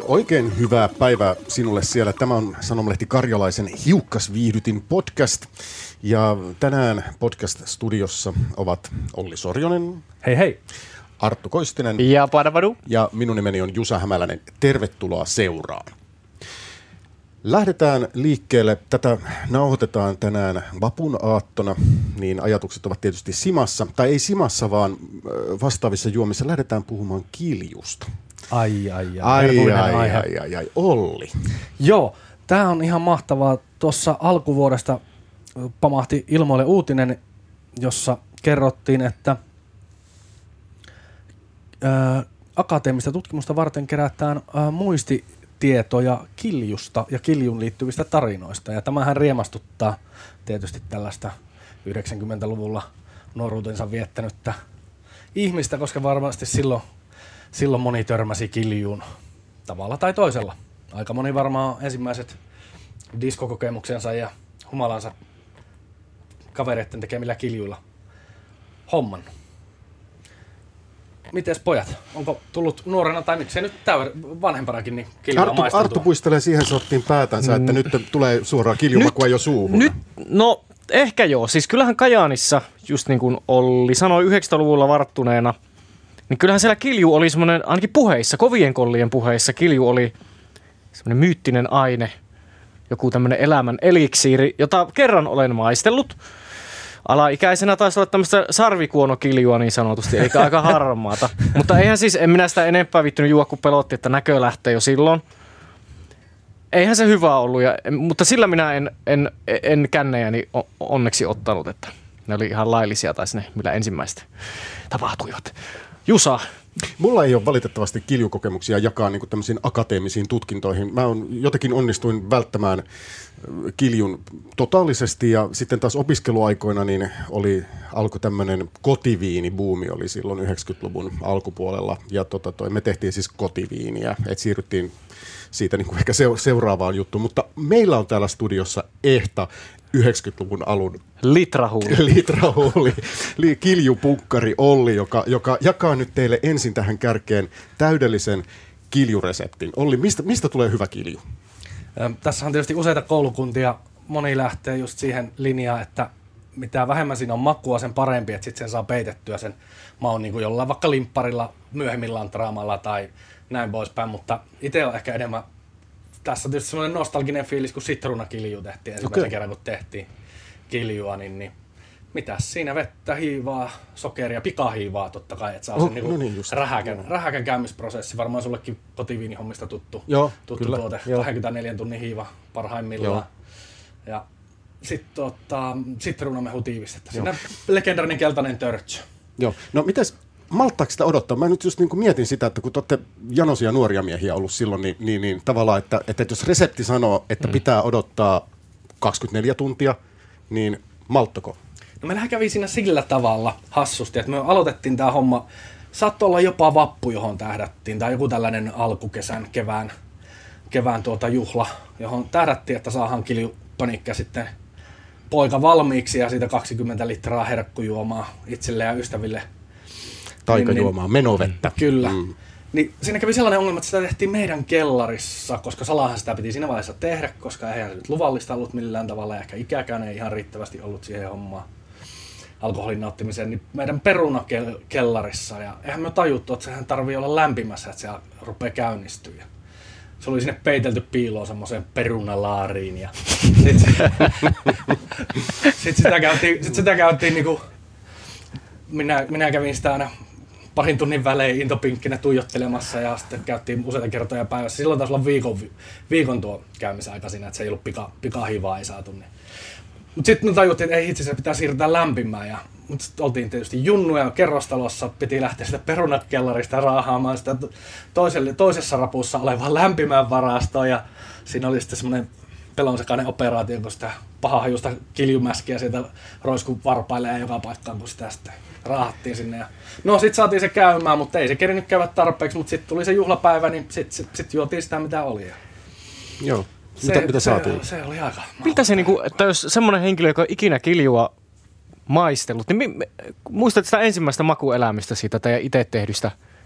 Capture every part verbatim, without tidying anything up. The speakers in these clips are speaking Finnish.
Oikein hyvää päivää sinulle siellä. Tämä on Sanomalehti Karjalaisen Hiukkasviihdytin podcast. Ja tänään podcast-studiossa ovat Olli Sorjonen. Hei hei. Arttu Koistinen. Ja Padavadu. Ja minun nimeni on Jusa Hämäläinen. Tervetuloa seuraan. Lähdetään liikkeelle. Tätä nauhoitetaan tänään vapun aattona, niin ajatukset ovat tietysti simassa. Tai ei simassa, vaan vastaavissa juomissa. Lähdetään puhumaan kiljusta. Ai, ai, ai. Ai, ai, ai, ai, ai, ai. Olli. Joo, tää on ihan mahtavaa. Tuossa alkuvuodesta pamahti ilmoille uutinen, jossa kerrottiin, että ää, akateemista tutkimusta varten kerätään ää, muistitietoja kiljusta ja kiljun liittyvistä tarinoista. Ja tämähän riemastuttaa tietysti tällaista yhdeksänkymmentäluvulla nuoruutensa viettänyttä ihmistä, koska varmasti silloin Silloin moni törmäsi kiljuun tavalla tai toisella. Aika moni varmaan ensimmäiset diskokokemuksensa ja humalansa kavereiden tekemillä kiljuilla homman. Mites pojat? Onko tullut nuorena tai miksei nyt täyden vanhempanakin niin kiljua Arttu, maisteltua? Arttu puistelee siihen sorttiin päätänsä, että mm. nyt tulee suoraan kiljumakua jo suuhun. Nyt, no ehkä joo. Siis kyllähän Kajaanissa, just niin kuin Olli sanoi yhdeksänkymmentäluvulla varttuneena, niin kyllähän siellä kilju oli semmoinen, ainakin puheissa, kovien kollien puheissa, kilju oli semmoinen myyttinen aine, joku tämmöinen elämän eliksiiri, jota kerran olen maistellut. Alaikäisenä taisi olla tämmöistä sarvikuonokiljua niin sanotusti, eikä aika harmaata. Mutta eihän siis, en minä sitä enempää vittynyt juo, kun pelotti, että näkö lähtee jo silloin. Eihän se hyvä ollut, ja, mutta sillä minä en, en, en kännejäni onneksi ottanut, että ne oli ihan laillisia taisi ne, millä ensimmäistä tapahtuivat. Jusa. Mulla ei ole valitettavasti kiljukokemuksia jakaa niin kuin tämmöisiin akateemisiin tutkintoihin. Mä on, jotenkin onnistuin välttämään kiljun totaalisesti ja sitten taas opiskeluaikoina niin oli, alkoi tämmöinen kotiviinibuumi oli silloin yhdeksänkymmentäluvun alkupuolella ja tota toi, me tehtiin siis kotiviiniä, että siirryttiin siitä niin kuin ehkä seuraavaan juttuun, mutta meillä on täällä studiossa ehta yhdeksänkymmentäluvun alun litrahuuli, litrahuuli kiljupunkkari Olli, joka, joka jakaa nyt teille ensin tähän kärkeen täydellisen kiljureseptin. Olli, mistä, mistä tulee hyvä kilju? Tässä on tietysti useita koulukuntia. Moni lähtee just siihen linjaan, että mitä vähemmän siinä on makua, sen parempi, että sitten sen saa peitettyä sen maun niin kuin jollain vaikka limpparilla, myöhemmin lantraamalla tai näin poispäin, mutta itse on ehkä enemmän. Tässä on tietysti semmoinen nostalginen fiilis, kun sitruunakilju tehtiin ensimmäisen okay. kerran, kun tehtiin kiljua, niin, niin mitäs siinä vettä, hiivaa, sokeria, pikahiivaa totta kai, että saa oh, sen niinku no niin rähäkän, rähäkän käymisprosessi. Varmaan sullekin kotiviinihommista tuttu, joo, tuttu kyllä, tuote, joo. kaksikymmentäneljän tunnin hiiva parhaimmillaan. Joo. Ja sitten tota, sitruunamehu tiivistettä. Siinä legendarinen keltainen törtsö. Joo, no mitäs? Malttaako sitä odottaa? Mä nyt just niin kuin mietin sitä, että kun te olette janoisia nuoria miehiä ollut silloin, niin, niin, niin tavallaan, että, että jos resepti sanoo, että mm. pitää odottaa kaksikymmentäneljä tuntia, niin malttako? No meillähän kävi siinä sillä tavalla hassusti, että me aloitettiin tämä homma, saattoi olla jopa vappu, johon tähdättiin, tai joku tällainen alkukesän, kevään, kevään tuota juhla, johon tähdättiin, että saadaan kiljupanikka sitten poika valmiiksi ja siitä kaksikymmentä litraa herkkujuomaa itselle ja ystäville. Taikajuomaa, menovettä. Kyllä. Mm. Niin siinä kävi sellainen ongelma, että sitä tehtiin meidän kellarissa, koska salahan sitä piti siinä vaiheessa tehdä, koska eihän se nyt luvallista ollut millään tavalla ja ehkä ikäkään ei ihan riittävästi ollut siihen hommaan alkoholin nauttimiseen, niin meidän perunakellarissa. Ja eihän me tajuttu, että sehän tarvii olla lämpimässä, että se rupeaa käynnistyä. Se oli sinne peitelty piiloon semmoiseen perunalaariin ja sit, sit sitä käytiin, sit sitä käytiin niinku, minä, minä kävin sitä aina parin tunnin välein intopinkkinä tuijottelemassa ja sitten käytiin useita kertoja päivässä. Silloin taisi olla viikon, viikon tuo käymisaika siinä, että se ei ollut pika, pikahiivaa ei saatu. Niin. Mutta sitten me tajuttiin, että ei itse asiassa pitää siirtää lämpimään. Ja, mutta sitten oltiin tietysti junnuja kerrostalossa, piti lähteä sitä perunakellarista raahaamaan sitä toiselle, toisessa rapussa olevaa lämpimään varastoa. Ja siinä oli sitten semmoinen pelonsekainen operaatio, kun sitä pahahajusta kiljumäskiä sieltä roisku varpailee joka paikkaan, kun sitä sitten raahattiin sinne. Ja no sit saatiin se käymään, mutta ei se kerinyt käydä tarpeeksi, mutta sitten tuli se juhlapäivä, niin sitten sit, sit juotiin sitä mitä oli. Joo. Se, mitä, mitä se, saatiin? Se oli aika miltä se, niinku, että jos semmoinen henkilö, joka on ikinä kiljua maistellut, niin mi, muistat sitä ensimmäistä makuelämistä siitä teidän itse tehdystä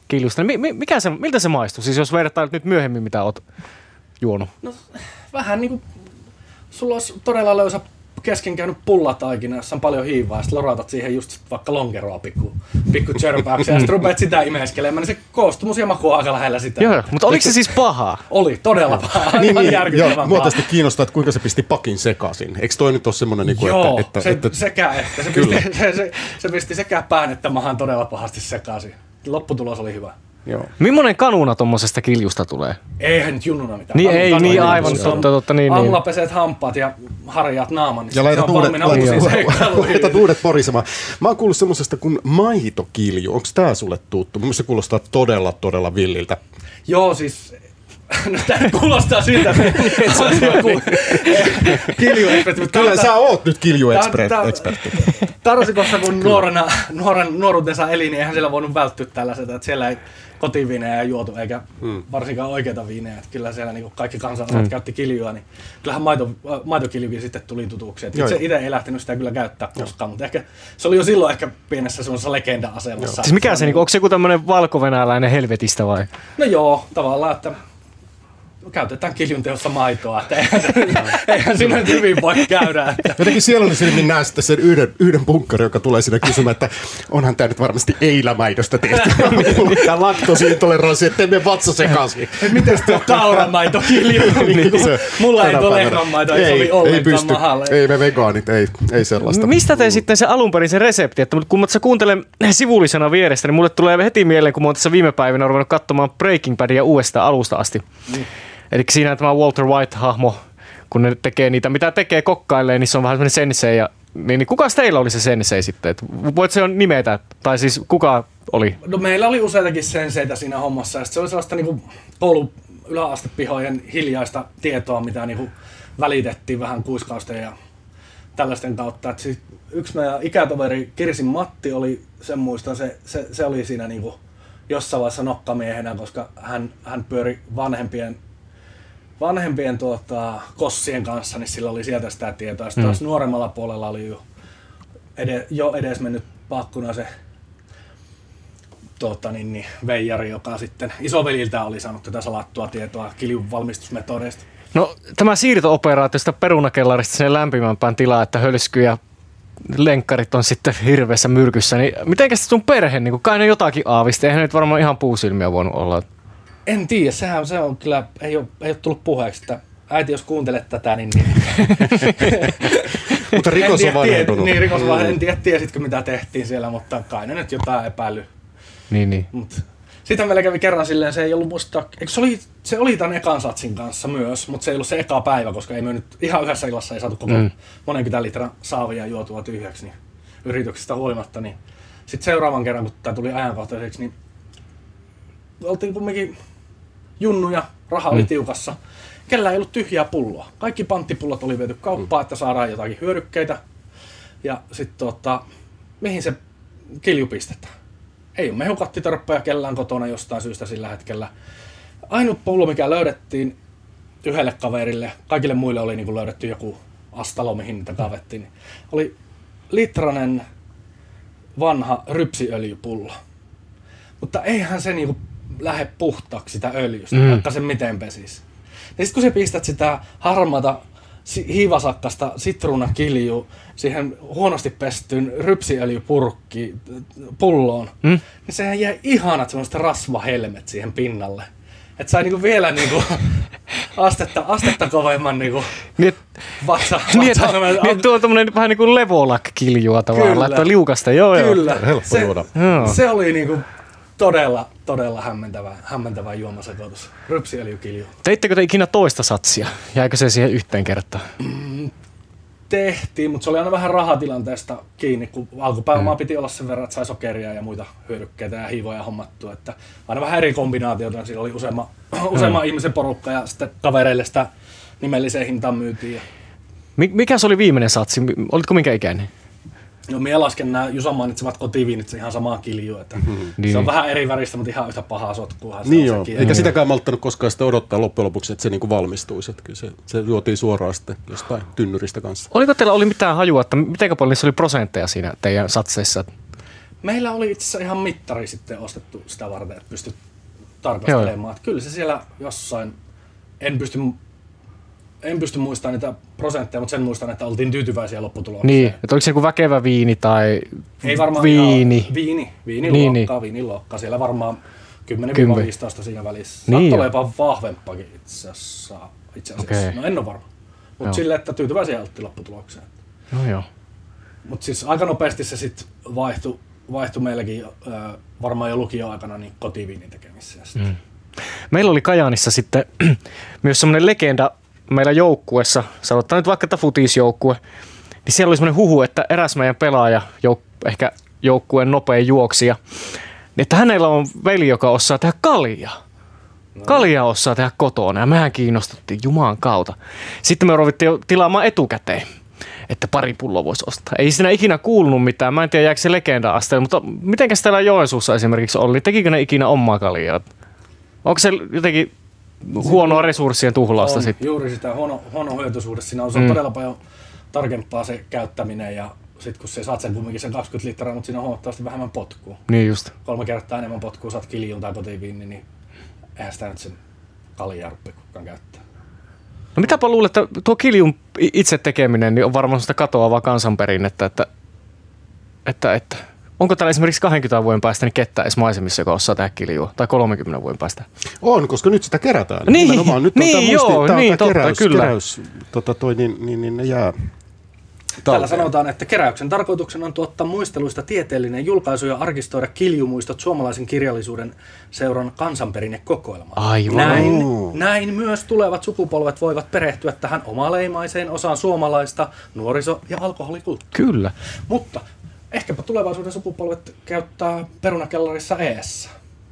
kiljusta. Niin mi- mikä se, miltä se maistuu? Siis jos vertailet nyt myöhemmin, mitä oot juonut. No vähän niinku, sulla olisi todella löysä kesken käynyt pullataikina, jossa on paljon hiivaa, ja sitten lorautat siihen just vaikka lonkeroa pikku, pikku chörpäyksiä, ja sitten rupeat sitä imeskelemään, niin se koostumus ja maku on aika lähellä sitä. Joo, mutta oliko se siis pahaa? Oli, todella pahaa. niin, niin, järkyttävän joo, pahaa. mua tästä kiinnostaa, että kuinka se pisti pakin sekaisin. Eikö toi nyt ole semmoinen, niin kuin, joo, että... se, että, että... sekä että. Se pisti, se, se, se pisti sekä pään että mahan todella pahasti sekaisin. Lopputulos oli hyvä. Joo. Millainen kanuna tuommoisesta kiljusta tulee? Eihän nyt junnuna mitään. Niin Kanu, ei, kanu, niin kanu, aivan se on- totta, totta, niin, Aamulla niin. peseet hampaat ja harjaat naaman, niin Ja se laitat on uudet, valmiina laitat, uusiin seikkailuihin. laitat uudet porisemaan. Mä oon kuullut semmosesta kuin maitokilju. Onko tää sulle tuttu? Mun mielestä se kuulostaa todella, todella villiltä. Joo, siis... No tää kuulostaa siltä, että on joku kiljuekspertti. mutta Kyllä tää- sä oot nyt tää- kiljuekspertti. Tarasikossa, kun nuorena, nuoren nuoruutensa eli, niin eihän siellä voinut välttyä tällaiselta, että siellä ei kotiviinejä juotu, eikä hmm. varsinkaan oikeita viinejä. Että kyllä siellä niin kaikki kansalaiset hmm. käytti kiljua, niin kyllähän maito, maitokiljukin sitten tuli tutuksi. Itse, itse ei lähtenyt sitä kyllä käyttää koskaan, mutta ehkä se oli jo silloin ehkä pienessä semmoisessa legenda-asemassa. Siis mikä se, niinku, onko se joku tämmöinen valkovenäläinen helvetistä vai? No joo, tavallaan, että käytetään kiljun teossa maitoa, että eihän, eihän siinä nyt hyvin voi käydä. Että. Jotenkin sieluni silmin näen sitten sen yhden, yhden punkkarin, joka tulee sinne kysymään, että onhan tämä nyt varmasti eilämaidosta tehty. Tämä laktosiintoleranssi, ettei mene vatsa sekaisin. Mites tuo kauramaitokilju? Niin, se- Mulla ei tänä tuo päivänä. lehmänmaito, ei ei, sovi ei ollenkaan pysty. mahalle. Ei me vegaanit, ei, ei sellaista. Mistä te sitten se alun perin se resepti? Että kun mä tässä kuuntelen sivullisena vierestä, niin mulle tulee heti mieleen, kun mä oon tässä viime päivinä ruvennut katsomaan Breaking Badia uudestaan alusta asti. Mm. Eli siinä tämä Walter White-hahmo, kun ne tekee niitä, mitä tekee kokkailleen, niin se on vähän semmoinen sensei. Ja, niin, niin kuka teillä oli se sensei sitten? Et voit se nimetä? Tai siis kuka oli? No meillä oli useitakin senseitä siinä hommassa, ja sit se oli sellaista niinku koulun yläastepihojen hiljaista tietoa, mitä niinku välitettiin vähän kuiskausten ja tällaisten kautta. Et siis yksi meidän ikätoveri Kirsin Matti oli, sen muistan, se, se, se oli siinä niinku jossain vaiheessa nokkamiehenä, koska hän, hän pyöri vanhempien vanhempien tuota, kossien kanssa, niin sillä oli sieltä sitä tietoa. Sitten taas mm. nuoremmalla puolella oli jo, ed- jo edes mennyt paakkuna se tuota, niin, niin, veijari, joka sitten isoveliltä oli saanut tätä salattua tietoa kiljun valmistusmetodeista. No tämä siirto-operaatiosta perunakellarista sinne lämpimämpään tilaan, että hölsky ja lenkkarit on sitten hirveässä myrkyssä, niin mitenkäs sun perhe, niin kai ne jotakin aavista, eihän nyt varmaan ihan puusilmiä voinut olla. En tiedä, sehän se on kyllä, ei ole, ei ole tullut puheeksi, että äiti jos kuuntelet tätä, niin... niin Mutta rikos on vanhentunut. Niin, rikos on vanhentunut. En tiedä, tiesitkö mitä tehtiin siellä, mutta kai ne nyt jotain epäily. Niin, niin. Mut. Sitten meillä kävi kerran silleen, se ei ollut musta, eikö se oli, se oli tämän ekan satsin kanssa myös, mutta se ei ollut se eka päivä, koska ei me nyt ihan yhdessä illassa ei saatu koko mm. monenkymmentä litran saavia juotua tyhjäksi, niin yrityksestä huolimatta, niin sitten seuraavan kerran, kun tämä tuli ajankohtaiseksi, niin oltiin kumminkin junnu ja raha oli mm. tiukassa. Kellä ei ollut tyhjää pulloa. Kaikki panttipullot oli viety kauppaan, mm. että saadaan jotakin hyödykkeitä. Ja sitten tota, mihin se kilju pistetään? Ei ole mehukattitorppeja kellään kotona jostain syystä sillä hetkellä. Ainut pullo, mikä löydettiin yhdelle kaverille, kaikille muille oli niin kuin löydetty joku astalo, mihin niitä kavettiin, oli litranen vanha rypsiöljypullo. Mutta eihän se niinku lähde puhtaaksi sitä öljystä, mm. vaikka se miten pesisi. Ja sitten kun sä pistät sitä harmaata hiivasakkasta sitruunakilju siihen huonosti pestyyn rypsiöljypurkki pulloon, mm. niin sehän jää ihanat semmoiset rasvahelmet siihen pinnalle. Että sai niinku vielä niinku astetta, astetta kovemman niinku niin, vatsa. Niin, että, niin, tuo on tommonen vähän niinku levolak-kiljua tavallaan, laittaa liukasta. Joo, Kyllä. Joo. Helppo se, juoda. Se oli niinku todella, todella hämmentävä, hämmentävä juomasekoitus. Rypsiöljykilju. Teittekö te ikinä toista satsia? Jäikö se siihen yhteen kertaan? Mm, tehtiin, mutta se oli aina vähän rahatilanteesta kiinni, kun alkupääomaa mm. piti olla sen verran, että sai sokeria ja muita hyödykkeitä ja hiivoja hommattua. Että aina vähän eri kombinaatioita. Siinä oli useamman, useamman mm. ihmisen porukka ja sitten kavereille sitä nimelliseen hintaan myytiin. Mikä se oli viimeinen satsi? Olitko minkä ikäinen? No minä lasken nämä Jusan mainitsevat kotiviinit, se ihan samaa kilju, että mm-hmm. se on vähän eri väristä, mutta ihan yhtä pahaa sotkua. Niin joo, sekin. Eikä sitäkään malttanut koskaan sitä odottaa loppujen lopuksi, että se niinku valmistuisi. Että kyllä se, se juotiin suoraan sitten jostain tynnyristä kanssa. Oliko teillä oli mitään hajua, että miten paljon niissä oli prosentteja siinä teidän satseissa? Meillä oli itse asiassa ihan mittari sitten ostettu sitä varten, että pystyt tarkastelemaan. Että kyllä se siellä jossain, en pysty, en pysty muistamaan niitä prosentteja, mutta sen muistan, että oltiin tyytyväisiä lopputulokseen. Niin, että oliko se joku väkevä viini tai Ei varmaan viini? Ihan, viini, viiniluokka, niin, niin. viiniluokka. Siellä varmaan kymmenen viisitoista siinä välissä. Niin saattaa olla jopa vahvempakin itse asiassa. Itse asiassa. Okay. No en ole varma. Mutta silleen, että tyytyväisiä oltiin lopputulokseen. No joo. Mutta siis aika nopeasti se sitten vaihtui, vaihtui meilläkin äh, varmaan jo lukioaikana niin kotiviinin tekemisessä. Mm. Meillä oli Kajaanissa sitten myös semmoinen legenda meillä joukkuessa, sanotaan nyt vaikka tämä futisjoukkue, niin siellä oli semmoinen huhu, että eräs meidän pelaaja, jouk- ehkä joukkueen nopein juoksija, niin että hänellä on veli, joka osaa tehdä kaljaa. No. Kaljaa osaa tehdä kotona ja mehän kiinnostuttiin Jumalan kautta. Sitten me rovittiin tilaamaan etukäteen, että pari pulloa voisi ostaa. Ei siinä ikinä kuulunut mitään. Mä en tiedä, jääkö se legenda-asteelle, mutta mitenkäs täällä Joensuussa esimerkiksi oli? Tekikö ne ikinä omaa kaljaa? Onko se jotenkin huonoa resurssien tuhlausta on, sitten? Juuri sitä huono, huono hyötysuhde. Siinä on, se on mm. todella paljon tarkempaa se käyttäminen ja sitten kun sä saat sen kumminkin sen kaksikymmentä litraa, mutta siinä on huomattavasti vähemmän potkua. Niin just. Kolme kertaa enemmän potkua, saat kiljun tai kotiviini, niin eihän sitä nyt sen kaljaa rupea kukaan käyttää. No mitäpä luulet, että tuo kiljun itse tekeminen niin on varmaan sitä katoavaa kansanperinnettä, että, että, että onko täällä esimerkiksi kaksikymmentä vuoden päästä niin kettä edes maisemissa, joka osaa tehdä kiljua, tai kolmekymmentä vuoden päästä? On, koska nyt sitä kerätään. Niin, nimenomaan. Nyt on niin tämä joo, muisti, niin, tämä totta, keräys, kyllä. keräys tota toi, niin, niin, niin ne jää. Täällä sanotaan, että keräyksen tarkoituksena on tuottaa muisteluista tieteellinen julkaisu ja arkistoida kiljumuistot suomalaisen kirjallisuuden seuran kansanperinnekokoelmaan. Aivan. Näin, näin myös tulevat sukupolvet voivat perehtyä tähän omaleimaiseen osaan suomalaista nuoriso- ja alkoholikulttuuria. Kyllä. Mutta ehkäpä tulevaisuuden sukupolvet käyttää perunakellarissa eessä.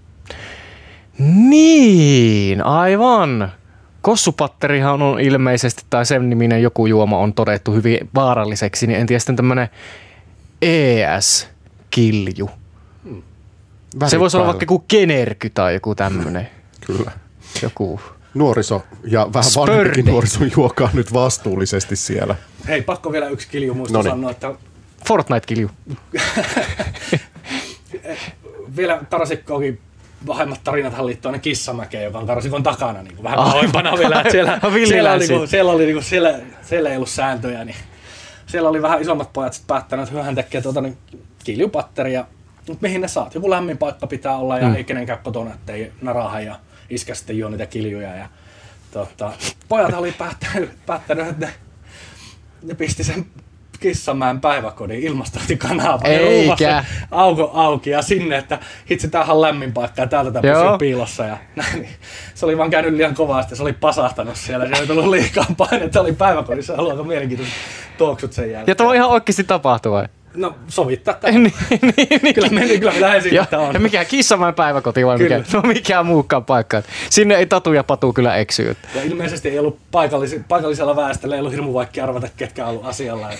Niin, aivan. Kossupatterihan on ilmeisesti, tai sen niminen joku juoma on todettu hyvin vaaralliseksi, niin en tiedä sitten tämmöinen E S-kilju. Hmm. Se voisi olla vaikka joku generky tai joku tämmöinen. Kyllä. Joku nuoriso ja vähän vanhempikin nuoriso juokaa nyt vastuullisesti siellä. Hei, pakko vielä yksi kilju muista sanoa, että Fortnite-kilju. vielä Tarasikkoakin pahemmat tarinathan liittyy aina Kissamäkeen, joka on Tarasikon takana niin vähän kauempana vielä. Siellä, siellä, oli, niin kuin, siellä, oli, niin kuin, siellä, siellä ei ollut sääntöjä, niin siellä oli vähän isommat pojat sitten päättänyt, että hän tekee tuota, niin, kiljupatteria. Mutta mihin ne saat? Joku lämmin paikka pitää olla ja mm. ei kenenkään kotona, ettei naraha ja iskä sitten juo niitä kiljuja. Ja, tota, pojat oli päättänyt, päättänyt että ne, ne pisti sen Kissamäen päiväkodin ilmastointikanava ja auko auki ja sinne, että hitsi tämähän on lämmin paikka ja täältä tämä pysyy piilossa ja näin. Se oli vaan käynyt liian kovasti ja se oli pasahtanut siellä. Siellä ei tullut liikaa painetta, oli päiväkodissa ollut aika mielenkiintoiset tuoksut sen jälkeen. Ja tuo ihan oikeasti tapahtui vai? No sovittaa tämä. niin, niin, kyllä meni, kyllä lähdin siitä, että on. Ja mikä Kissamäen päiväkoti vai mikä? No mikään muukaan paikka. Sinne ei Tatu ja Patu kyllä eksy. Ja ilmeisesti ei ollut paikallis- paikallisella väestöllä, ei ollut hirmu vaikea arvata, ketkä on ollut asialla.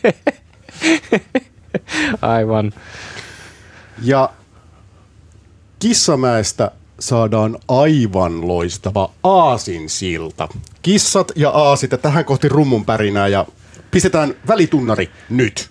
Aivan. Ja Kissamäestä saadaan aivan loistava aasinsilta. Kissat ja aasit ja tähän kohti rummun pärinää ja pistetään välitunnari nyt.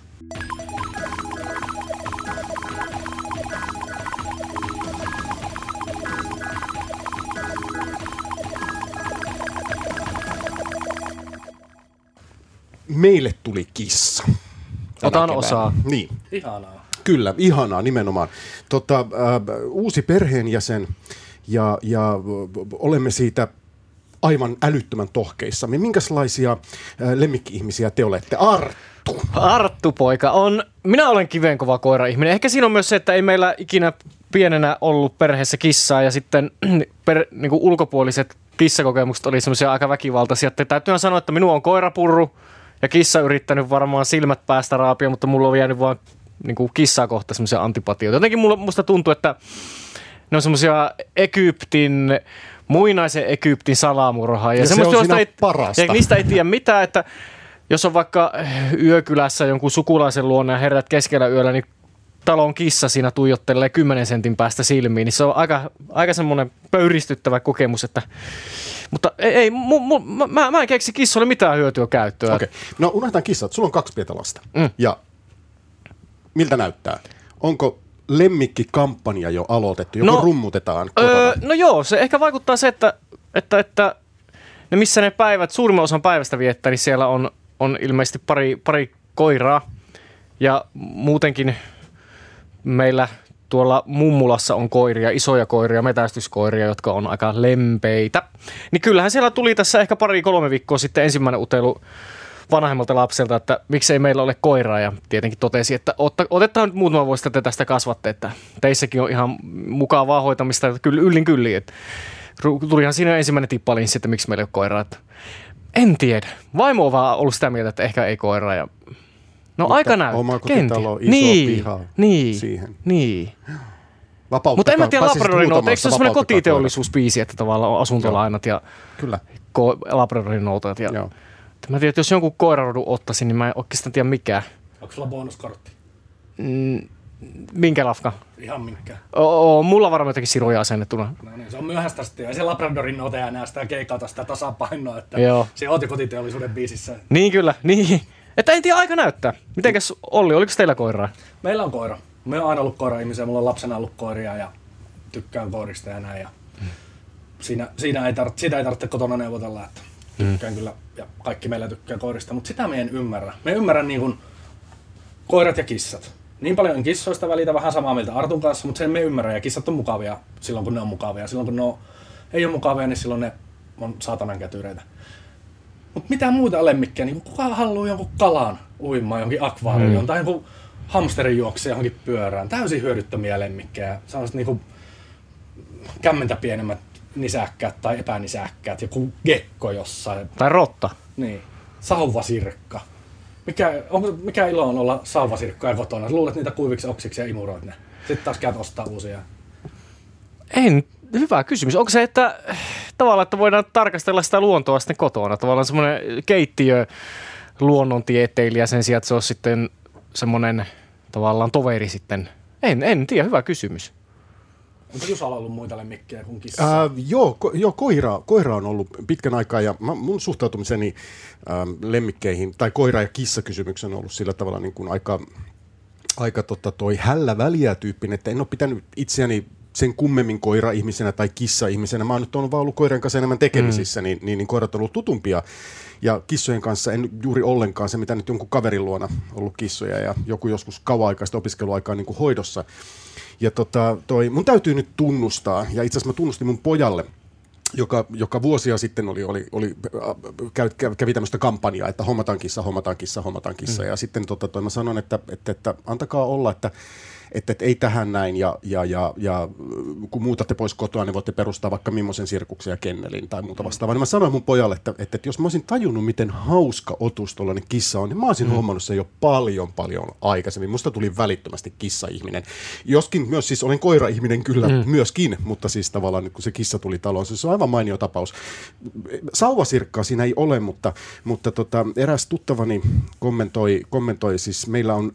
Meille tuli kissa. Otan osaa. Niin. Ihanaa. Kyllä, ihanaa nimenomaan. Tota, äh, uusi perheenjäsen ja, ja olemme siitä aivan älyttömän tohkeissamme. Minkälaisia äh, lemmikki-ihmisiä te olette? Arttu. Arttu poika on, minä olen kivenkova koira-ihminen. Ehkä siinä on myös se, että ei meillä ikinä pienenä ollut perheessä kissaa ja sitten per, niin kuin ulkopuoliset kissakokemukset oli semmoisia aika väkivaltaisia. Täytyy sanoa, että minua on koirapurru. Ja kissa yrittänyt varmaan silmät päästä raapia, mutta mulla on jäänyt vaan niin kuin kissaa kohta semmoisia antipatioita. Jotenkin mulla, musta tuntuu, että ne on semmoisia Egyptin, muinaisen Egyptin salamurhaa. Ja, ja se on siinä ei, parasta. Ja niistä ei tiedä mitään, että jos on vaikka yökylässä jonkun sukulaisen luona ja herät keskellä yöllä, niin talon kissa siinä tuijottelee kymmenen sentin päästä silmiin. Niin se on aika, aika semmoinen pöyristyttävä kokemus, että mutta ei, ei mu, mu, mä, mä en keksi kissoille mitään hyötyä käyttöä. Okei. No unohdetaan kissat. Sulla on kaksi pientä lasta. Mm. Ja miltä näyttää? Onko lemmikkikampanja jo aloitettu? Joko No, rummutetaan kotona? Öö, no joo, se ehkä vaikuttaa se, että, että, että ne missä ne päivät, suurimman osan päivästä viettää, niin siellä on, on ilmeisesti pari, pari koiraa. Ja muutenkin meillä tuolla mummulassa on koiria, isoja koiria, metästyskoiria, jotka on aika lempeitä. Niin kyllähän siellä tuli tässä ehkä pari-kolme viikkoa sitten ensimmäinen utelu vanhemmalta lapselta, että miksei meillä ole koiraa. Ja tietenkin totesi, että otetaan nyt muutama vuosi, että te tästä kasvatte, että teissäkin on ihan mukavaa hoitamista, että kyllä yllin kyllin. Että tulihan siinä ensimmäinen tippalinssi, että miksi meillä ei ole koiraa. Että en tiedä. Vaimo on vaan ollut sitä mieltä, että ehkä ei koiraa. Ja no mutta aika näyttää. Omakotitalo, iso niin, piha niin, siihen. Niin. Mutta en mä tiedä Labradorin nouta. Eikö se ole semmoinen kotiteollisuuspiisi, että tavallaan on asuntolainat ja Kyllä. Ko- Labradorin noutajat. Ja Joo. mä tiedän, että jos jonkun koirarodun ottaisin, niin mä en oikeastaan tiedä mikä. Onko sulla bonuskortti? Mm, minkä lafka? Ihan minkään. Oo, mulla on varmaan jotakin siruja asennettuna. No niin, se on myöhäistä sitten. Ei se Labradorin noutaja enää sitä keikata sitä tasapainoa, että Joo. se ooti kotiteollisuuden biisissä. Niin kyllä, niin. Että en tiedä, aika näyttää. Mitenkäs Olli, oliko teillä koiraa? Meillä on koira. Me on aina ollut koira-ihmisiä, mulla on lapsena ollut koiria ja tykkään koirista ja näin. Ja mm. siinä, siinä ei tarvitse, siitä ei tarvitse kotona neuvotella, että tykkään mm. kyllä ja kaikki meillä tykkää koirista, mutta sitä me en ymmärrä. Me ymmärrän niin kuin koirat ja kissat. Niin paljon kissoista välitä vähän samaa mieltä Artun kanssa, mutta sen me ymmärrän ja kissat on mukavia silloin kun ne on mukavia. Silloin kun ne on, ei ole mukavia, niin silloin ne on saatanan kätyreitä. Mutta mitä muuta lemmikkejä, niin kuka haluaa jonkun kalan uimaan johonkin akvaarioon mm. tai jonkun hamsterin juokse johonkin pyörään. Täysin hyödyttömiä lemmikkejä. Sellaiset niinku kämmentä pienemmät nisäkkäät tai epänisäkkäät, joku gekko jossain. Tai rotta. Niin. Sauvasirkka. Mikä, onko, mikä ilo on olla sauvasirkkoja kotona? Sä luulet niitä kuiviksi oksiksi ja imuroit ne. Sitten taas käyt ostaa uusia. En, hyvä kysymys. Onko se, että tavallaan, että voidaan tarkastella sitä luontoa sitten kotona? Tavallaan semmoinen keittiö luonnontieteilijä sen sijaan, että se on sitten semmoinen tavallaan toveri sitten. En, en tiedä, hyvä kysymys. Onko Jusalla ollut muita lemmikkejä kuin kissa? Äh, joo, ko, joo koira, koira on ollut pitkän aikaa ja mä, mun suhtautumiseni ähm, lemmikkeihin tai koira- ja kissakysymyksen on ollut sillä tavalla niin kuin aika, aika tota toi hällä väliä tyyppinen, että en ole pitänyt itseäni sen kummemmin koira-ihmisenä tai kissa-ihmisenä. Mä oon nyt vaan ollut koiran kanssa enemmän tekemisissä, mm. niin, niin, niin koirat on ollut tutumpia. Ja kissojen kanssa en juuri ollenkaan se, mitä nyt jonkun kaverin luona ollut kissoja ja joku joskus kauan-aikaista opiskeluaikaa niin kuin hoidossa. Ja tota, toi, mun täytyy nyt tunnustaa, ja itse asiassa mä tunnustin mun pojalle, joka, joka vuosia sitten oli, oli, oli, kävi, kävi tämmöistä kampanjaa, että hommataan kissa, hommataan kissa, hommataan kissa. Mm. Ja sitten tota, toi, mä sanon, että, että, että antakaa olla, että Että et ei tähän näin, ja, ja, ja, ja kun muutatte pois kotoa, niin voitte perustaa vaikka millaisen sirkuksen ja kennelin tai muuta vastaavaa. Niin mä sanoin mun pojalle, että, että, että jos mä olisin tajunnut, miten hauska otus tollainen kissa on, niin mä olisin mm. hommannut sen jo paljon, paljon aikaisemmin. Musta tuli välittömästi kissa-ihminen. Joskin myös siis olen koira-ihminen kyllä mm. myöskin, mutta siis tavallaan nyt kun se kissa tuli taloon, se on aivan mainio tapaus. Sauvasirkkaa siinä ei ole, mutta, mutta tota, eräs tuttavani kommentoi, kommentoi siis meillä on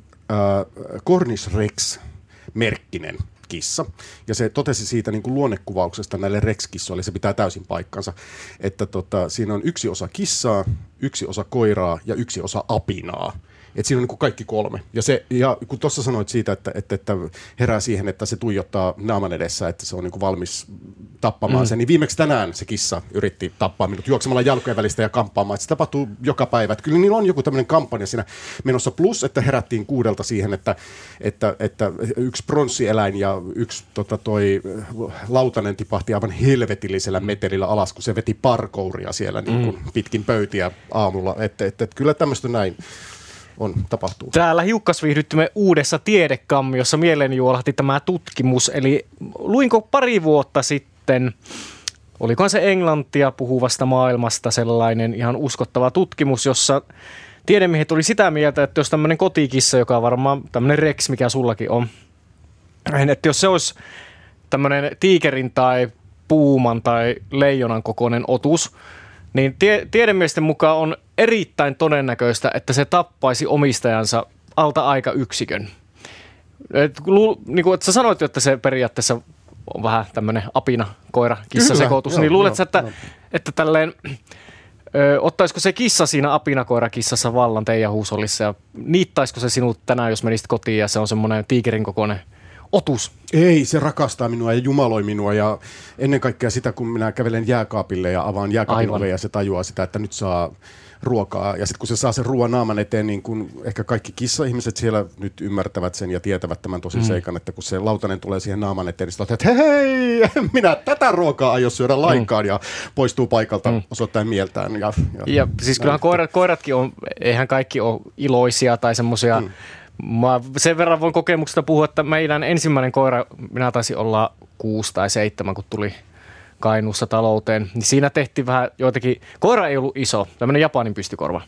äh, Cornish Rex merkkinen kissa. Ja se totesi siitä niin kuin luonnekuvauksesta näille Rex-kissoille, se pitää täysin paikkansa, että tota, siinä on yksi osa kissaa, yksi osa koiraa ja yksi osa apinaa. Et siinä on niin kuin kaikki kolme. Ja, se, ja kun tuossa sanoit siitä, että, että, että herää siihen, että se tuijottaa naaman edessä, että se on niin kuin valmis tappamaan mm. sen, niin viimeksi tänään se kissa yritti tappaa minut juoksemalla jalkojen välistä ja kamppaamaan. Et se tapahtuu joka päivä. Et kyllä niillä on joku tämmöinen kampanja siinä menossa. Plus, että herättiin kuudelta siihen, että, että, että yksi pronssieläin ja yksi tota, toi, lautanen tipahti aivan helvetillisellä metelillä alas, kun se veti parkouria siellä niin kuin mm. pitkin pöytiä aamulla. Että et, et, kyllä tämmöistä näin on, tapahtuu. Täällä hiukkasviihdyttymme uudessa tiedekammiossa mieleeni juolahti tämä tutkimus. Eli luinko pari vuotta sitten, olikohan se englantia puhuvasta maailmasta sellainen ihan uskottava tutkimus, jossa tiedemiehet oli sitä mieltä, että jos tämmöinen kotikissa, joka on varmaan tämmöinen Rex, mikä sullakin on, että jos se olisi tämmöinen tiikerin tai puuman tai leijonan kokoinen otus, niin tie, tiedemiesten mukaan on erittäin todennäköistä, että se tappaisi omistajansa alta aikayksikön. Et, niin kuin, että sä sanoit, että se periaatteessa on vähän tämmöinen apina, koira, kissa sekoitus, niin luulet sä, että, että tälleen, ö, ottaisiko se kissa siinä apina, koira, kissassa vallan teidän huusollissa ja niittaisiko se sinut tänään, jos menisit kotiin ja se on semmoinen tiikerin kokoinen otus. Ei, se rakastaa minua ja jumaloi minua ja ennen kaikkea sitä, kun minä kävelen jääkaapille ja avaan jääkaapin ovea ja se tajuaa sitä, että nyt saa ruokaa. Ja sitten kun se saa sen ruoan naaman eteen, niin kun ehkä kaikki kissa-ihmiset siellä nyt ymmärtävät sen ja tietävät tämän tosi seikan, mm. että kun se lautanen tulee siihen naaman eteen, niin sitten että hei, minä tätä ruokaa aio syödä lainkaan mm. ja poistuu paikalta mm. osoittaen mieltään. Ja, ja, ja siis kyllähän koirat, koiratkin on, eihän kaikki ole iloisia tai semmoisia. Mm. Mä sen verran voin kokemuksesta puhua, että meidän ensimmäinen koira, minä taisin olla kuusi tai seitsemän, kun tuli Kainuussa talouteen, niin siinä tehtiin vähän joitakin, koira ei ollut iso, tämmöinen Japanin pystykorva.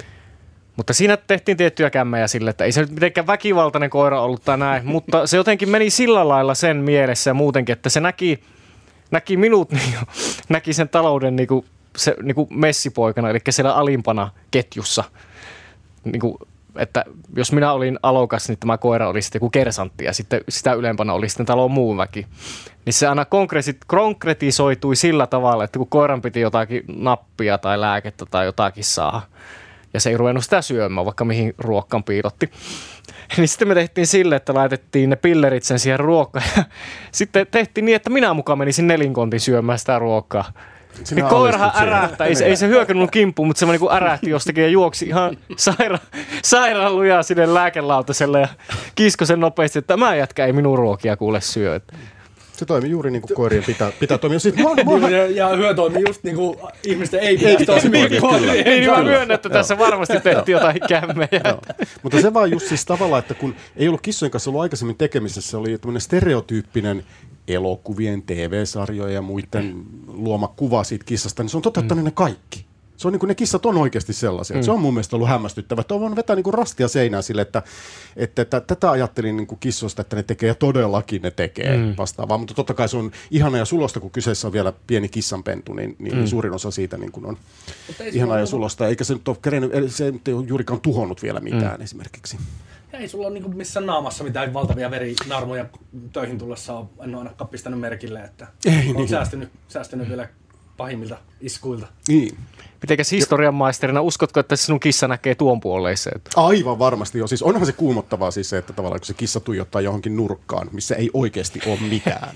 Mutta siinä tehtiin tiettyjä kämmejä sille, että ei se nyt mitenkään väkivaltainen koira ollut tai näin, mutta se jotenkin meni sillä lailla sen mielessä ja muutenkin, että se näki, näki minut, niin näki sen talouden niin kuin, se, niin kuin messipoikana, eli siellä alimpana ketjussa. Niin kuin, että jos minä olin alokas, niin tämä koira oli sitten joku kersantti ja sitten sitä ylempänä oli sitten talon muu väki. Niin se aina konkretisoitui sillä tavalla, että kun koiran piti jotakin nappia tai lääkettä tai jotakin saada, ja se ei ruvennut sitä syömään, vaikka mihin ruokkaan piilotti. Niin sitten me tehtiin sille, että laitettiin ne pillerit sen siihen ruokkaan. Ja sitten tehtiin niin, että minä mukaan menisin nelinkontin syömään sitä ruokaa. Sinä niin koirahan ärähtä, ei, ei se hyökännyt kimppuun, mutta se niin ärähti jostakin ja juoksi ihan saira, sairaan lujaa sinne lääkelautaselle ja kiskoi sen nopeasti, että tämä jätkä ei minun ruokia kuule syö. Se toimii juuri niin kuin koirien pitää, pitää toimia. Siis, mä, mä, ja, ja hyö toimii just niin kuin ihmisten ei pitäisi toimia. Niin, niin mä myönnän, että tässä varmasti tehtiin jotain kämmejä. Mutta se vaan just siis tavallaan, että kun ei ollut kissojen kanssa ollut aikaisemmin tekemisessä, se oli tämmöinen stereotyyppinen elokuvien, T V-sarjojen ja muiden luoma kuva siitä kissasta, niin se on totta, että mm. ne kaikki. Se on niin kuin ne kissat on oikeasti sellaisia. Mm. Se on mun mielestä ollut hämmästyttävä. Että on voinut vetää niin kuin rastia seinään sille, että, että, että tätä ajattelin niin kuin kissoista, että ne tekee ja todellakin ne tekee mm. vastaavaa. Mutta totta kai se on ihana ja sulosta, kun kyseessä on vielä pieni kissanpentu, niin, niin mm. suurin osa siitä niin kuin on ihana ja sulosta. Eikä se nyt ole, kerennyt, se nyt ei ole juurikaan tuhonnut vielä mitään mm. esimerkiksi. Ja ei sulla ole niin missään naamassa mitään valtavia verinarmoja töihin tullessa. En ole ainakaan pistänyt merkille, että ei, on niin. säästynyt, säästynyt vielä pahimmilta iskuilta. Niin. Mitenkäs historian maisterina, uskotko, että sinun kissa näkee tuon puoleiseen? Aivan varmasti jo. Siis onhan se kuumottavaa siis se, että tavallaan kun se kissa tuijottaa johonkin nurkkaan, missä ei oikeasti ole mitään.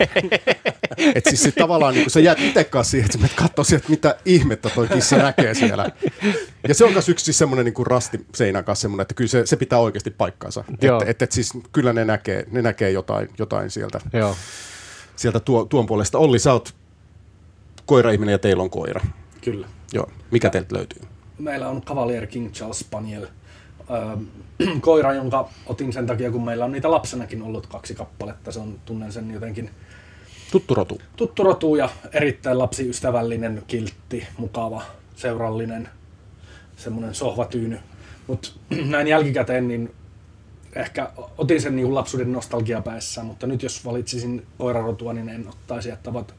Että siis se, tavallaan niin kun sä jäät itsekaan siihen, että sä menet katsoo sieltä, että mitä ihmettä toi kissa näkee siellä. Ja se on myös yksi siis semmoinen niin rasti seinän kanssa semmoinen, että kyllä se, se pitää oikeasti paikkaansa. Että et, et siis kyllä ne näkee, ne näkee jotain, jotain sieltä, Joo. sieltä tuo, tuon puolesta. Olli, sä oot koira-ihminen ja teillä on koira. Kyllä. Joo. Mikä teiltä löytyy? Meillä on Cavalier King Charles Spaniel. Öö, koira, jonka otin sen takia, kun meillä on niitä lapsenakin ollut kaksi kappaletta. Se on, tunnen sen jotenkin... Tuttu rotu. Tuttu rotu ja erittäin lapsiystävällinen, kiltti, mukava, seurallinen, semmoinen sohvatyyny. Mutta näin jälkikäteen niin ehkä otin sen niin lapsuuden nostalgiapäissään, mutta nyt jos valitsisin koirarotua, niin en ottaisi, että ovat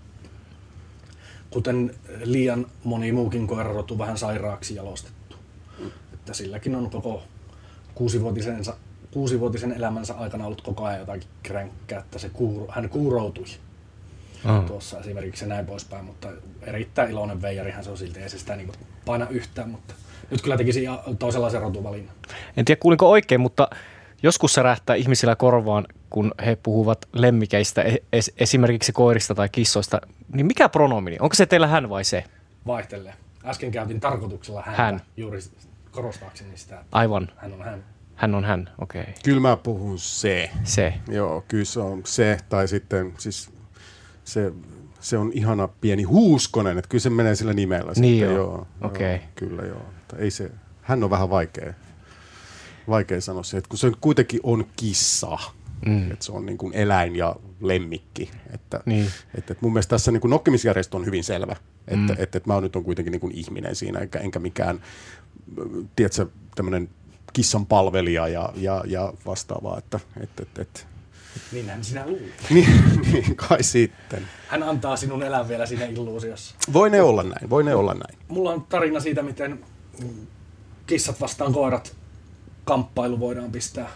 kuten liian moni muukin koirarotu vähän sairaaksi jalostettu. Mm. Että silläkin on koko kuusivuotisensa, kuusivuotisen elämänsä aikana ollut koko ajan jotakin kränkkää, että se kuuro, hän kuuroutui mm. tuossa esimerkiksi näin poispäin, mutta erittäin iloinen veijarihan se on silti, ei se sitä niin paina yhtään, mutta nyt kyllä tekisi toisenlaisen rotuvalinnan. En tiedä kuulinko oikein, mutta joskus särähtää ihmisillä korvaan, kun he puhuvat lemmikeistä, es- esimerkiksi koirista tai kissoista, niin mikä pronomini? Onko se teillä hän vai se? Vaihtelee. Äsken käytin tarkoituksella häntä, hän. Juuri korostaakseni sitä, että aivan. Hän on hän. Hän on hän, okei. Okay. Kyllä mä puhun se. Se. Joo, kyllä se on se, tai sitten siis se, se on ihana pieni huuskonen, että kyllä se menee sillä nimellä. Niin sitten, joo, joo okei. Okay. Kyllä joo, ei se, hän on vähän vaikea. Vaikea sanoa se, että kun se kuitenkin on kissa, mm. että se on niin kuin eläin ja lemmikki. Että, niin. että, että mun mielestä tässä niin kuin nokkimisjärjestö on hyvin selvä, että, mm. että, että, että mä nyt on kuitenkin niin kuin ihminen siinä, enkä, enkä mikään, tiedätkö, tämmöinen kissan palvelija ja, ja, ja vastaavaa. Että, että, että, että. Niinhän sinä luulet. Niin, niin kai sitten. Hän antaa sinun elää vielä siinä illuusiossa. Voi ne olla näin, voi ne olla näin. Mulla on tarina siitä, miten kissat vastaan koirat kamppailu voidaan pistää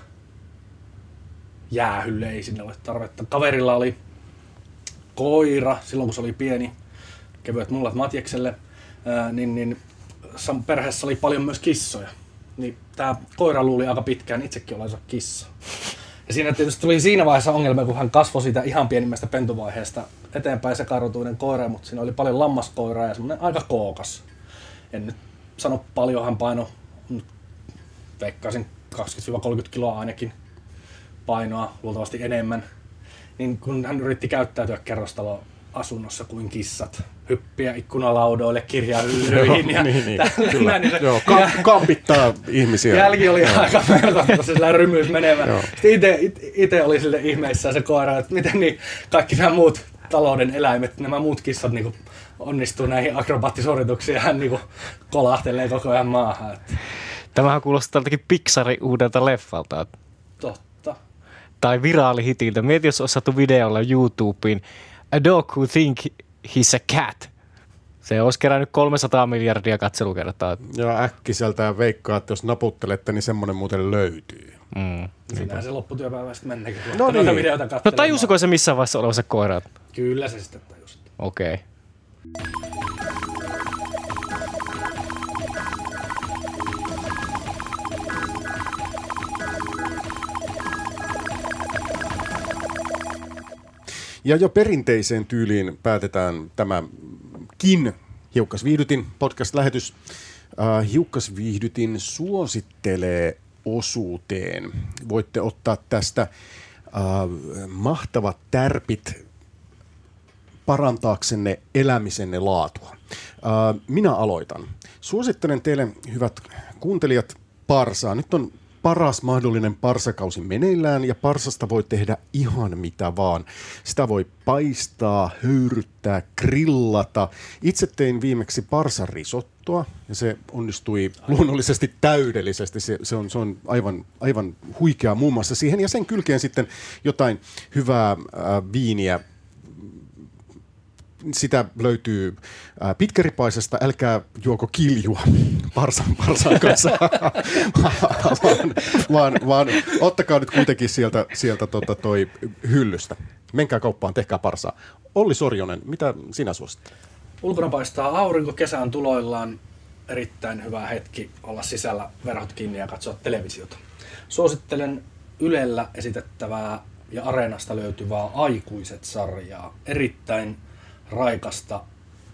jäähylle, ei sinne ole tarvetta. Kaverilla oli koira, silloin kun se oli pieni, kevyet mullat Matjekselle, ää, niin, niin perheessä oli paljon myös kissoja. Niin tää koira luuli aika pitkään itsekin olensa kissa. Ja siinä tietysti tuli siinä vaiheessa ongelma, kun hän kasvoi siitä ihan pienimmästä pentuvaiheesta eteenpäin sekarotuinen koira, mutta siinä oli paljon lammaskoiraa ja semmoinen aika kookas. En nyt sano paljon, hän painoi, veikkaisin kaksikymmentä kolmekymmentä kiloa ainakin painoa, luultavasti enemmän. Niin kun hän yritti käyttäytyä kerrostaloasunnossa kuin kissat, hyppiä ikkunalaudoille, kirjahyllyihin ja niin, niin, tällä niin se, Joo, ka- kampittaa ihmisiä. Jälki oli Joo. aika melkoista, se sillä rymyys menevä. Sitten itse oli sille ihmeissään se koira, että miten niin kaikki nämä muut talouden eläimet, nämä muut kissat niin onnistuu näihin akrobaattisuorituksiin ja hän niin kolahtelee koko ajan maahan. Että. Tämähän kuulostaa tältäkin Pixarin uudelta leffalta. Totta. Tai viraalihitiltä. Mieti, jos olisi saatu videolla YouTubeen A dog who think he's a cat. Se olisi kerännyt kolmesataa miljardia katselukertaa. Ja äkkiseltään veikkaa, että jos naputtelette, niin semmoinen muuten löytyy. Mm. Siinähän se lopputyöpäivä sitten mennäkin. No niin. Videota No tajusiko se missään vaiheessa olevansa koira? Kyllä se sitten tajusi. Okei. Okay. Ja jo perinteiseen tyyliin päätetään tämäkin Hiukkasviihdytin podcast-lähetys. Uh, Hiukkasviihdytin suosittelee osuuteen. Voitte ottaa tästä uh, mahtavat tärpit parantaaksenne elämisenne laatua. Uh, minä aloitan. Suosittelen teille, hyvät kuuntelijat, parsaa. Nyt on paras mahdollinen parsakausi meneillään ja parsasta voi tehdä ihan mitä vaan. Sitä voi paistaa, höyryttää, grillata. Itse tein viimeksi parsarisottoa ja se onnistui luonnollisesti täydellisesti. Se, se, on, se on aivan, aivan huikea muun muassa siihen ja sen kylkeen sitten jotain hyvää äh, viiniä. Sitä löytyy ää, pitkäripaisesta, älkää juoko kiljua parsan, parsan kanssa, vaan, vaan, vaan ottakaa nyt kuitenkin sieltä, sieltä tota toi hyllystä. Menkää kauppaan, tehkää parsaa. Olli Sorjonen, mitä sinä suosittelet? Ulkona paistaa aurinko, kesän tuloillaan erittäin hyvä hetki olla sisällä, verhot kiinni ja katsoa televisiota. Suosittelen Ylellä esitettävää ja Areenasta löytyvää Aikuiset-sarjaa. Erittäin raikasta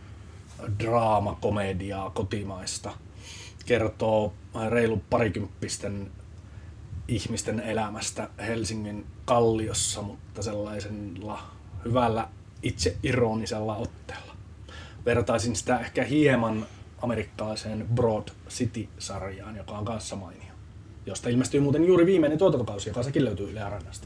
draamakomediaa kotimaista. Kertoo reilu parikymppisten ihmisten elämästä Helsingin Kalliossa, mutta sellaisella hyvällä itse-ironisella otteella. Vertaisin sitä ehkä hieman amerikkalaiseen Broad City-sarjaan, joka on kanssa mainio. Josta ilmestyy muuten juuri viimeinen tuotantokausi, joka sekin löytyy Yle Areenasta.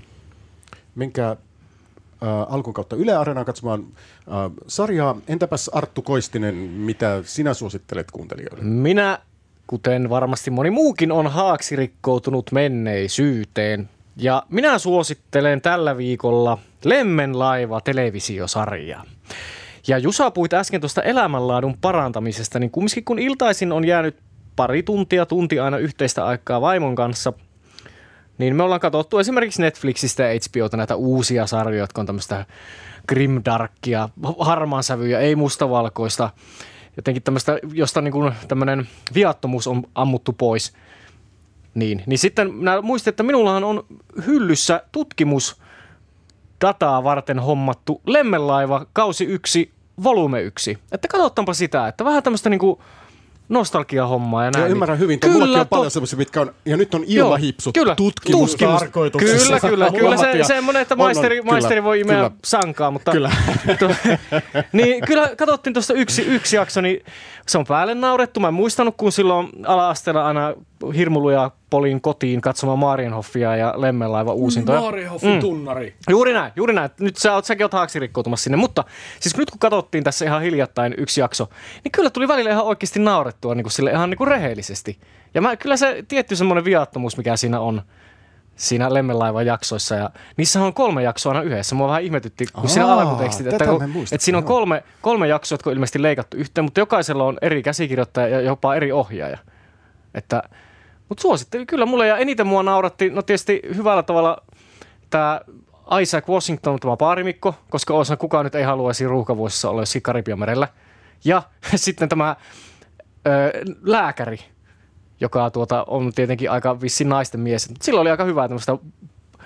Menkää Äh, alkun kautta Yle Areenaan katsomaan äh, sarjaa. Entäpäs Arttu Koistinen, mitä sinä suosittelet kuuntelijoille? Minä, kuten varmasti moni muukin, on haaksirikkoutunut menneisyyteen. Ja minä suosittelen tällä viikolla Lemmenlaiva -televisiosarjaa. Ja Jusa puhuit äsken tuosta elämänlaadun parantamisesta, niin kumminkin kun iltaisin on jäänyt pari tuntia, tunti aina yhteistä aikaa vaimon kanssa, niin me ollaan katsottu esimerkiksi Netflixistä ja H B O:ta näitä uusia sarjoja, jotka on tämmöistä grimdarkia, harmaansävyjä, ei mustavalkoista, jotenkin tämmöistä, josta niin kuin tämmöinen viattomuus on ammuttu pois. Niin, niin sitten minä muistin, että minullahan on hyllyssä tutkimusdataa varten hommattu Lemmenlaiva kausi yksi, volume yksi. Että katsotaanpa sitä, että vähän tämmöistä niinku nostalgia-hommaa ja näin. Ja ymmärrän hyvin, tuo mullakin on paljon semmoisia, mitkä on, ja nyt on ilmahipsut tutkimustarkoituksessa. Kyllä, kyllä, kyllä se, semmoinen, että maisteri, on, on, maisteri kyllä, voi imeä kyllä, sankaa, mutta kyllä. To, niin kyllä katsottiin tuosta yksi, yksi jakso, niin se on päälle naurettu. Mä en muistanut, kun silloin ala-asteella aina hirmuluja polin kotiin katsomaan Marienhoffia ja Lemmenlaiva uusintoja. Marienhoffin mm. tunnari. Juuri näin, juuri näin. Nyt sä oot, säkin oot haaksirikkoutumassa sinne, mutta siis nyt kun katsottiin tässä ihan hiljattain yksi jakso, niin kyllä tuli välillä ihan oikeasti naurettua niin kuin sille ihan niin kuin rehellisesti. Ja mä, kyllä se tietty semmoinen viattomuus, mikä siinä on siinä Lemmenlaivan jaksoissa. Ja niissä on kolme jaksoa aina yhdessä. Mua vähän ihmetytti, kun Aa, siinä alkutekstit, että, kun, että siinä on kolme, kolme jaksoa, jotka on ilmeisesti leikattu yhteen, mutta jokaisella on eri käsikirjoittaja ja jopa eri ohjaaja. Että mutta suosittelin kyllä mulle, ja eniten mua nauratti, no tietysti hyvällä tavalla tämä Isaac Washington, tämä paarimikko, koska osa kukaan nyt ei haluaisi ruuhkavuosissa olla jossain Karibianmerellä. Ja sitten tämä ö, lääkäri, joka tuota, on tietenkin aika vissiin naisten mies. Sillä oli aika hyvää tämmöistä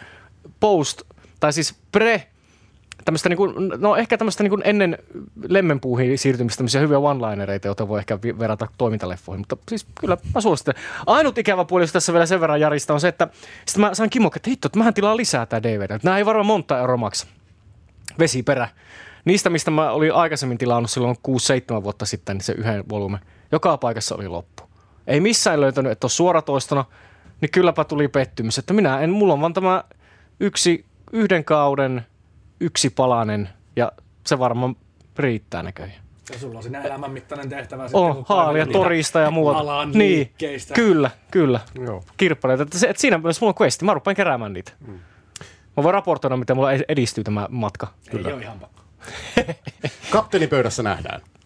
post, tai siis pre, tämmöistä niinku, no ehkä tämmöistä niinku ennen lemmenpuuhin siirtymistä tämmöisiä hyviä one-linereita, joita voi ehkä verrata toimintaleffoihin, mutta siis kyllä mä suosittelen. Ainut ikävä puoli, jos tässä vielä sen verran Jarista on se, että sitten mä saan Kimmo, että hitto, että mähän tilaan lisää tää D V D. Nämä ei varmaan monta euroa maksa. Vesiperä. Niistä, mistä mä olin aikaisemmin tilannut silloin kuusi seitsemän vuotta sitten, niin se yhden volume. Joka paikassa oli loppu. Ei missään löytänyt, että on suoratoistona, niin kylläpä tuli pettymys, että minä en, mulla on vaan tämä yksi, yhden kauden, yksi palanen, ja se varmaan riittää näköjään. Ja sulla on siinä elämänmittainen tehtävä. On, haalia torista ja muuta. Alan niin, liikkeistä. Kyllä, kyllä. Joo. Kirppaleita. Että, se, että siinä myös mulla on questi, mä rupean keräämään niitä. Mm. Mä voin raportoida, miten mulla edistyy tämä matka. Ei ole ihan pakko. Kapteenipöydässä nähdään.